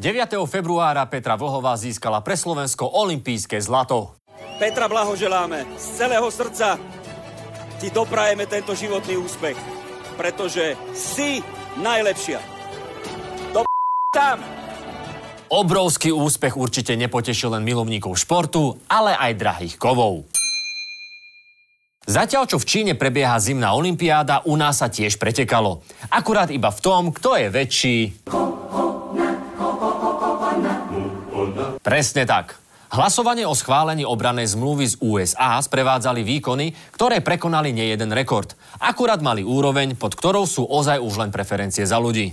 9. februára Petra Vlhová získala pre Slovensko olympijské zlato. Petra, blahoželáme z celého srdca. Ti doprajeme tento životný úspech, pretože si najlepšia. Tam! Obrovský úspech určite nepotešil len milovníkov športu, ale aj drahých kovov. Zatiaľ, čo v Číne prebieha zimná olympiáda, u nás sa tiež pretekalo. Akurát iba v tom, kto je väčší. Presne tak. Hlasovanie o schválení obrannej zmluvy z USA sprevádzali výkony, ktoré prekonali nejeden rekord. Akurát mali úroveň, pod ktorou sú ozaj už len preferencie za ľudí.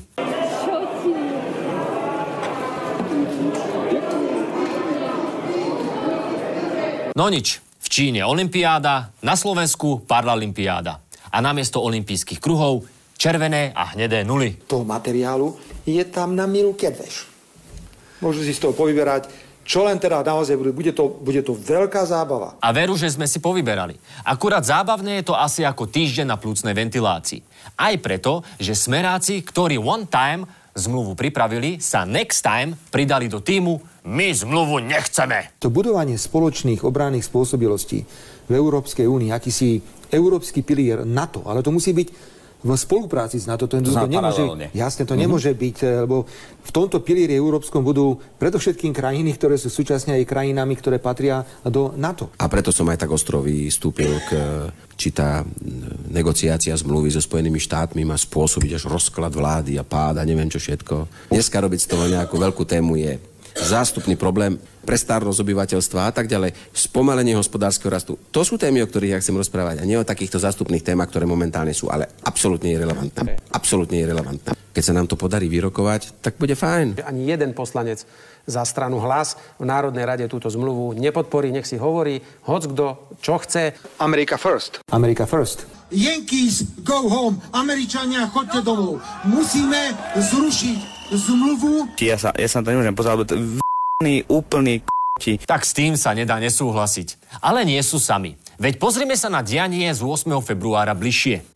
No nič. V Číne olympiáda, na Slovensku paralympiáda. A namiesto olympijských kruhov červené a hnedé nuly. Toho materiálu je tam na milu kedveš. Môžu si z toho povyberať, čo len teda naozaj bude to veľká zábava. A veru, že sme si povyberali. Akurát zábavné je to asi ako týždeň na plúcnej ventilácii. Aj preto, že smeráci, ktorí one time zmluvu pripravili, sa next time pridali do tímu My zmluvu nechceme. To budovanie spoločných obranných spôsobilostí v Európskej únii, akýsi európsky pilier NATO, ale to musí byť v spolupráci s NATO. To nemôže byť, lebo v tomto pilieri európskom budú predovšetkým krajiny, ktoré sú súčasne aj krajinami, ktoré patria do NATO. A preto som aj tak ostro vystúpil, či tá negociácia zmluvy so Spojenými štátmi má spôsobiť až rozklad vlády a pád a neviem čo všetko. Dneska robiť z toho nejakú veľkú tému je zástupný problém pre starosť obyvateľstva a tak ďalej, spomalenie hospodárskeho rastu. To sú témy, o ktorých ja chcem rozprávať a nie o takýchto zástupných témach, ktoré momentálne sú, ale absolútne irelevantné. Absolútne irelevantné. Keď sa nám to podarí vyrokovať, tak bude fajn. Ani jeden poslanec za stranu Hlas v Národnej rade túto zmluvu nepodporí, nech si hovorí hockdo, čo chce. America first. America first. Yankees, go home. Američania, choďte domov. Musíme zrušiť zmluvu. Ja sa to nemôžem pozrieť, lebo to je úplný Tak s tým sa nedá nesúhlasiť. Ale nie sú sami. Veď pozrime sa na dianie z 8. februára bližšie.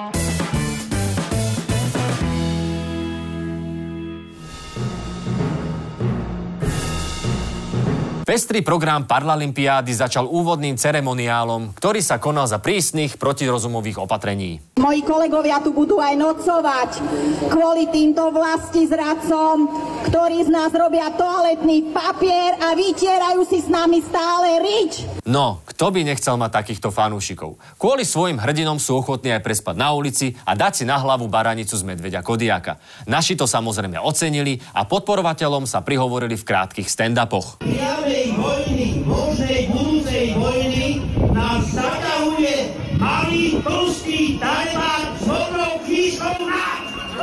Pestrý program Paralympiády začal úvodným ceremoniálom, ktorý sa konal za prísnych protirozumových opatrení. Moji kolegovia tu budú aj nocovať kvôli týmto vlastizradcom, ktorí z nás robia toaletný papier a vytierajú si s nami stále rič. No, kto by nechcel mať takýchto fanúšikov? Kvôli svojim hrdinom sú ochotní aj prespať na ulici a dať si na hlavu baranicu z medveďa Kodiaka. Naši to samozrejme ocenili a podporovateľom sa prihovorili v krátkych stand-upoch. Vojny, možnej budúcej vojny nás zatahuje malý pruský talibán s hodnou knížkou nás!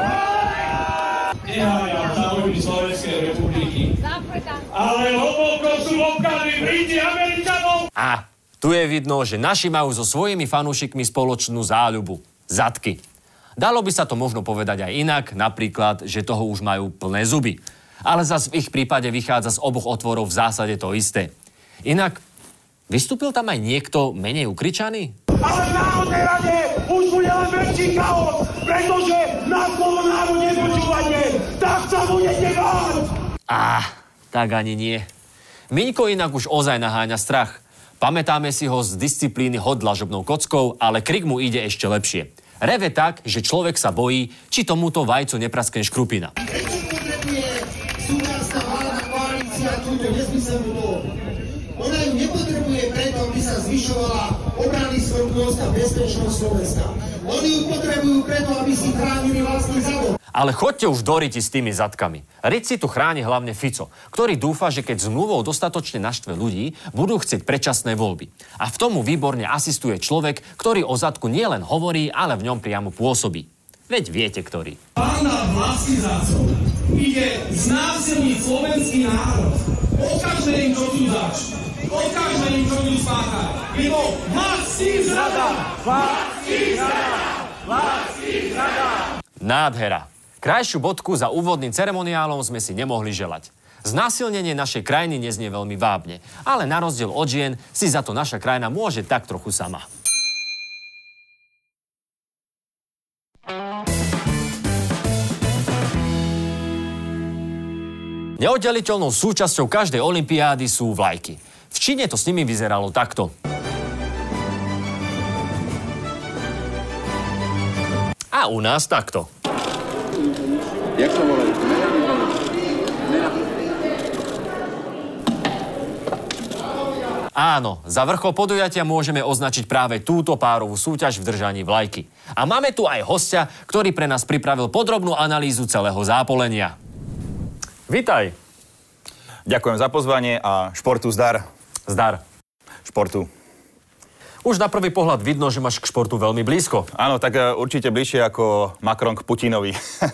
Nehájam záujmy Slovenskej republiky, ale hlboko sú obkany Briti Američanov! A tu je vidno, že naši majú so svojimi fanúšikmi spoločnú záľubu. Zadky. Dalo by sa to možno povedať aj inak, napríklad, že toho už majú plné zuby. Ale zas v ich prípade vychádza z oboch otvorov v zásade to isté. Inak, vystúpil tam aj niekto menej ukričaný? Ale v Národnej rade už bude len väčší chaos, pretože na slovo náru nepočúvate, tak sa budete báť! Tak ani nie. Miňko inak už ozaj naháňa strach. Pamätáme si ho z disciplíny hod dlažobnou kockou, ale krik mu ide ešte lepšie. Reve tak, že človek sa bojí, či tomuto vajcu nepraskne škrupina. Súčasná vládna koalícia túto nezmyselnú dohodu. Ona ju nepotrebuje preto, aby sa zvyšovala obranný schopnosť a bezpečnosť Slovenska. Oni ju potrebujú preto, aby si chránili vlastný zadok. Ale choďte už do riti s tými zadkami. Riť si tu chráni hlavne Fico, ktorý dúfa, že keď zmluvou dostatočne naštve ľudí, budú chcieť predčasné voľby. A v tomu výborne asistuje človek, ktorý o zadku nielen hovorí, ale v ňom priamo pôsobí. Veď viete, ktorý. Banda vlastizradcov ide znásilniť slovenský národ. Pokažme im, čo tu zač. Pokažme im, čo tu spáchať. Lebo vlastizrada! Vlastizrada! Vlastizrada! Nádhera. Krajšiu bodku za úvodným ceremoniálom sme si nemohli želať. Znásilnenie našej krajiny neznie veľmi vábne, ale na rozdiel od žien si za to naša krajina môže tak trochu sama. Neoddeliteľnou súčasťou každej olympiády sú vlajky. V Číne to s nimi vyzeralo takto. A u nás takto. Jak sa volajú? Áno, za vrchol podujatia môžeme označiť práve túto párovú súťaž v držaní vlajky. A máme tu aj hostia, ktorý pre nás pripravil podrobnú analýzu celého zápolenia. Vítaj. Ďakujem za pozvanie a športu zdar. Zdar. Športu. Už na prvý pohľad vidno, že máš k športu veľmi blízko. Áno, tak určite bližšie ako Macron k Putinovi.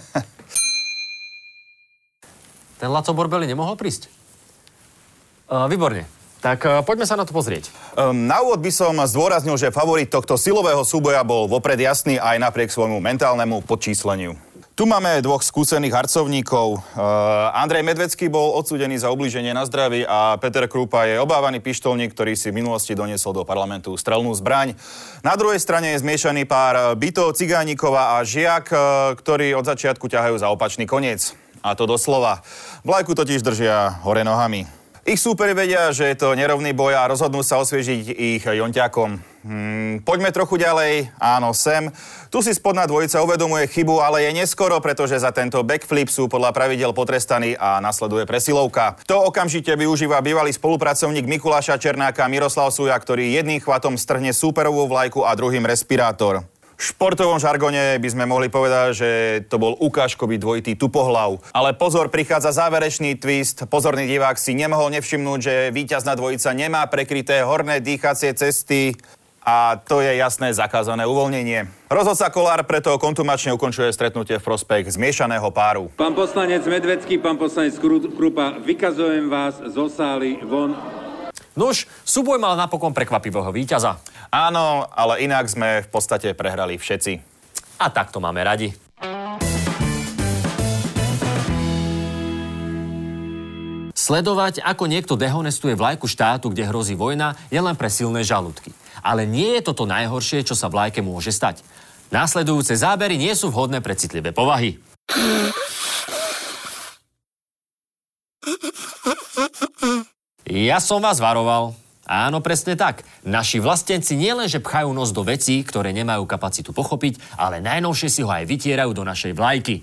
Ten Laco Borbeli nemohol prísť? Výborne. Tak poďme sa na to pozrieť. Na úvod by som zdôraznil, že favorit tohto silového súboja bol vopred jasný aj napriek svojmu mentálnemu podčísleniu. Tu máme dvoch skúsených harcovníkov. Andrej Medvecký bol odsúdený za ublíženie na zdraví a Peter Krúpa je obávaný pištolník, ktorý si v minulosti doniesol do parlamentu strelnú zbraň. Na druhej strane je zmiešaný pár Bito, Cigánikova a Žiak, ktorí od začiatku ťahajú za opačný koniec. A to doslova. Vlajku totiž držia hore nohami. Ich súperi vedia, že je to nerovný boj a rozhodnú sa osviežiť ich jonťakom. Poďme trochu ďalej. Áno, sem. Tu si spodná dvojica uvedomuje chybu, ale je neskoro, pretože za tento backflip sú podľa pravidel potrestaní a nasleduje presilovka. To okamžite využíva bývalý spolupracovník Mikuláša Černáka Miroslav Suja, ktorý jedným chvatom strhne súperovú vlajku a druhým respirátor. V športovom žargone by sme mohli povedať, že to bol ukážkový dvojitý tupohlav. Ale pozor, prichádza záverečný twist. Pozorný divák si nemohol nevšimnúť, že víťazná dvojica nemá prekryté horné dýchacie cesty a to je jasné zakázané uvoľnenie. Rozhodca Kolár preto kontumačne ukončuje stretnutie v prospech zmiešaného páru. Pán poslanec Medvecký, pán poslanec Krupa, vykazujem vás zo sály von. Nuž, súboj mal napokon prekvapivého víťaza. Áno, ale inak sme v podstate prehrali všetci. A tak to máme radi. Sledovať, ako niekto dehonestuje vlajku štátu, kde hrozí vojna, je len pre silné žalúdky. Ale nie je toto najhoršie, čo sa vlajke môže stať. Následujúce zábery nie sú vhodné pre citlivé povahy. Ja som vás varoval. Áno, presne tak. Naši vlastenci nielenže pchajú nos do vecí, ktoré nemajú kapacitu pochopiť, ale najnovšie si ho aj vytierajú do našej vlajky.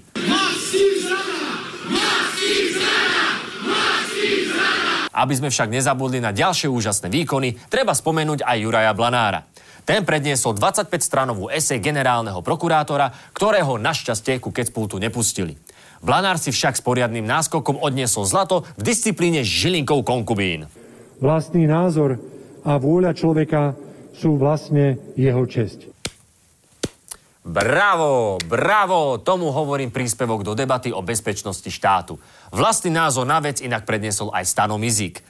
Aby sme však nezabudli na ďalšie úžasné výkony, treba spomenúť aj Juraja Blanára. Ten predniesol 25-stranovú esej generálneho prokurátora, ktorého našťastie ku kecpultu nepustili. Blanár si však s poriadnym náskokom odniesol zlato v disciplíne Žilinkov konkubín. Vlastný názor a vôľa človeka sú vlastne jeho česť. Bravo, bravo, tomu hovorím príspevok do debaty o bezpečnosti štátu. Vlastný názor na vec inak predniesol aj Stano Mizík.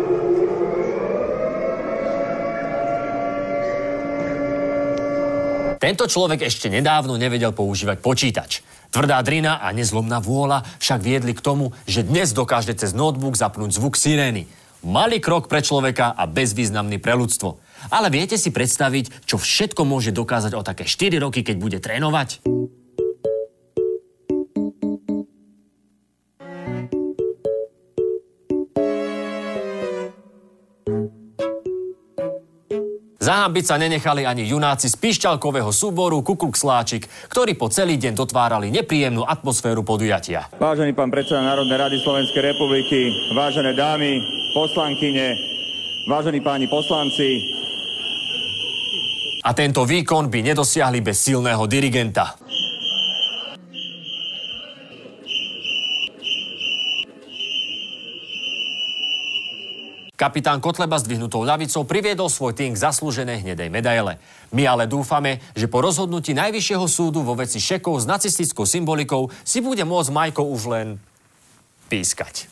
Tento človek ešte nedávno nevedel používať počítač. Tvrdá drina a nezlomná vôľa však viedli k tomu, že dnes dokáže cez notebook zapnúť zvuk sirény. Malý krok pre človeka a bezvýznamný pre ľudstvo. Ale viete si predstaviť, čo všetko môže dokázať o také 4 roky, keď bude trénovať? Zahambiť sa nenechali ani junáci z píšťalkového súboru Ku Klux Kláčik, ktorí po celý deň dotvárali nepríjemnú atmosféru podujatia. Vážený pán predseda Národnej rady Slovenskej republiky, vážené dámy, poslankyne, vážení páni poslanci. A tento výkon by nedosiahli bez silného dirigenta. Kapitán Kotleba s dvihnutou ľavicou priviedol svoj tým k zaslúženej hnedej medaile. My ale dúfame, že po rozhodnutí Najvyššieho súdu vo veci šekov s nacistickou symbolikou si bude môcť Majko už len pískať.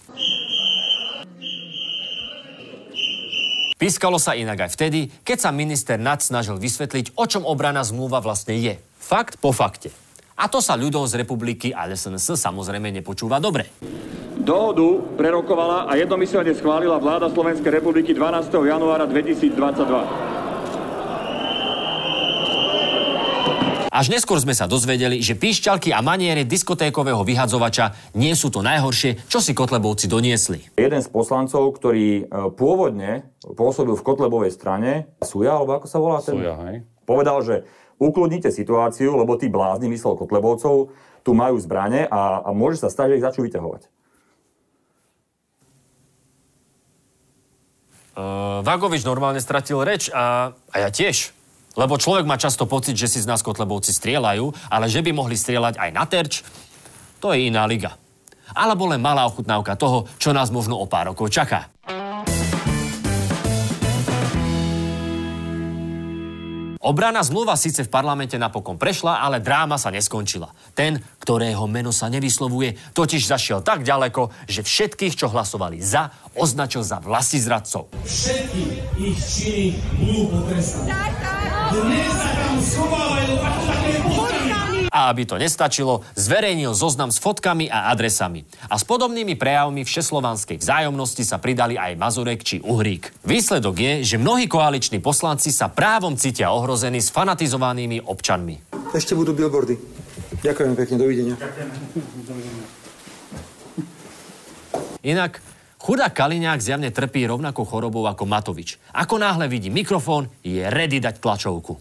Pískalo sa inak aj vtedy, keď sa minister Naď snažil vysvetliť, o čom obranná zmluva vlastne je. Fakt po fakte. A to sa ľudom z republiky a SNS samozrejme nepočúva dobre. Dohodu prerokovala a jednomyselne schválila vláda Slovenskej republiky 12. januára 2022. Až neskôr sme sa dozvedeli, že píšťalky a maniere diskotékového vyhadzovača nie sú to najhoršie, čo si Kotlebovci doniesli. Jeden z poslancov, ktorý pôvodne pôsobil v Kotlebovej strane, Suja, alebo ako sa volá ten? Suja, hej. Povedal, že ukludnite situáciu, lebo tí blázni, myslel Kotlebovcov, tu majú zbrane a môže sa stať, že ich začnú vyťahovať. Vagovič normálne stratil reč a ja tiež. Lebo človek má často pocit, že si z nás Kotlebovci strieľajú, ale že by mohli strieľať aj na terč, to je iná liga. Alebo len malá ochutnávka toho, čo nás možno o pár rokov čaká. Obranná zmluva síce v parlamente napokon prešla, ale dráma sa neskončila. Ten, ktorého meno sa nevyslovuje, totiž zašiel tak ďaleko, že všetkých, čo hlasovali za, označil za vlastizradcov. Všetky ich činy budú potrestané. Dnes sa tam schovávajú také potkami. A aby to nestačilo, zverejnil zoznam s fotkami a adresami. A s podobnými prejavmi všeslovanskej vzájomnosti sa pridali aj Mazurek či Uhrík. Výsledok je, že mnohí koaliční poslanci sa právom cítia ohrození s fanatizovanými občanmi. Ešte budú billboardy. Ďakujem pekne, dovidenia. Inak chudák Kaliňák zjavne trpí rovnakou chorobou ako Matovič. Ako náhle vidí mikrofón, je ready dať tlačovku.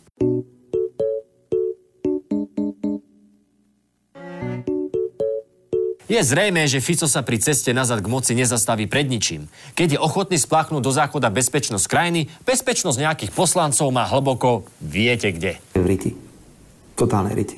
Je zrejmé, že Fico sa pri ceste nazad k moci nezastaví pred ničím. Keď je ochotný spláchnuť do záchoda bezpečnosť krajiny, bezpečnosť nejakých poslancov má hlboko viete kde. Riti. Totálne riti.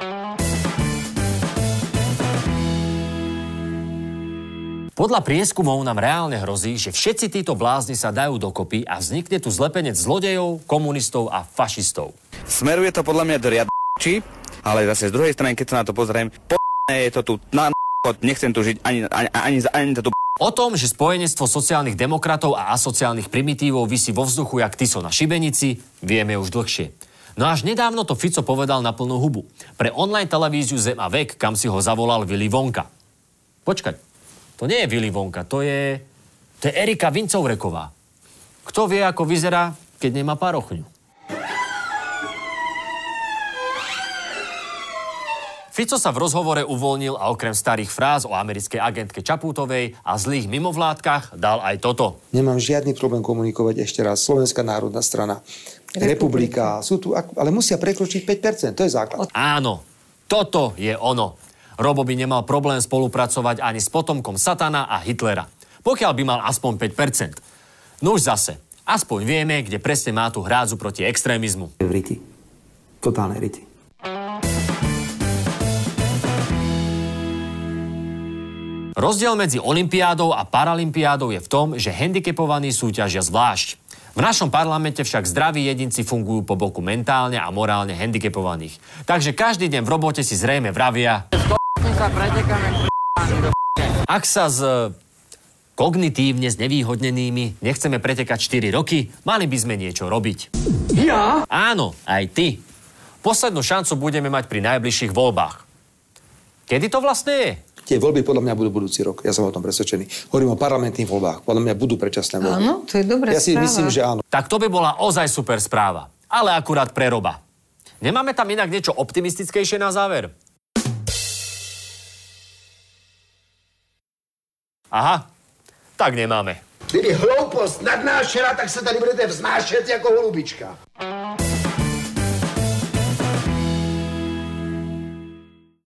Podľa prieskumov nám reálne hrozí, že všetci títo blázni sa dajú dokopy a vznikne tu zlepenec zlodejov, komunistov a fašistov. Smeruje to podľa mňa do riadči, ale zase z druhej strany, keď sa na to pozriem, je to tu nechcem tu žiť ani za tú. O tom, že spojenectvo sociálnych demokratov a asociálnych primitívov visí vo vzduchu jak Tiso na šibenici, vieme už dlhšie. No až nedávno to Fico povedal na plnú hubu. Pre online televíziu Zem a vek, kam si ho zavolal Willy Wonka. Počkať, to nie je Willy Wonka, to je Erika Vincovreková. Kto vie, ako vyzerá, keď nemá parochňu? Fico sa v rozhovore uvoľnil a okrem starých fráz o americkej agentke Čaputovej a zlých mimovládkach dal aj toto. Nemám žiadny problém komunikovať ešte raz. Slovenská národná strana, Republika, sú tu, ale musia prekročiť 5%, to je základ. Áno, toto je ono. Robo by nemal problém spolupracovať ani s potomkom Satana a Hitlera. Pokiaľ by mal aspoň 5%. No už zase, aspoň vieme, kde presne má tú hrádzu proti extrémizmu. Riti. Totálne riti. Rozdiel medzi olympiádou a paralympiádou je v tom, že handicapovaní súťažia zvlášť. V našom parlamente však zdraví jedinci fungujú po boku mentálne a morálne handicapovaných. Takže každý deň v robote si zrejme vravia: ak sa s kognitívne znevýhodnenými nechceme pretekať 4 roky, mali by sme niečo robiť. Ja? Áno, aj ty. Poslednú šancu budeme mať pri najbližších voľbách. Kedy to vlastne je? Tie voľby podľa mňa budú budúci rok. Ja som o tom presvedčený. Hovorím o parlamentných voľbách. Podľa mňa budú predčasné voľby. Áno, to je dobrá správa. Ja si myslím, že áno. Tak to by bola ozaj super správa. Ale akurát pre Roba. Nemáme tam inak niečo optimistickejšie na záver? Aha, tak nemáme. Kdyby hloupost nadnášela, tak se tady budete vznášet jako holubička.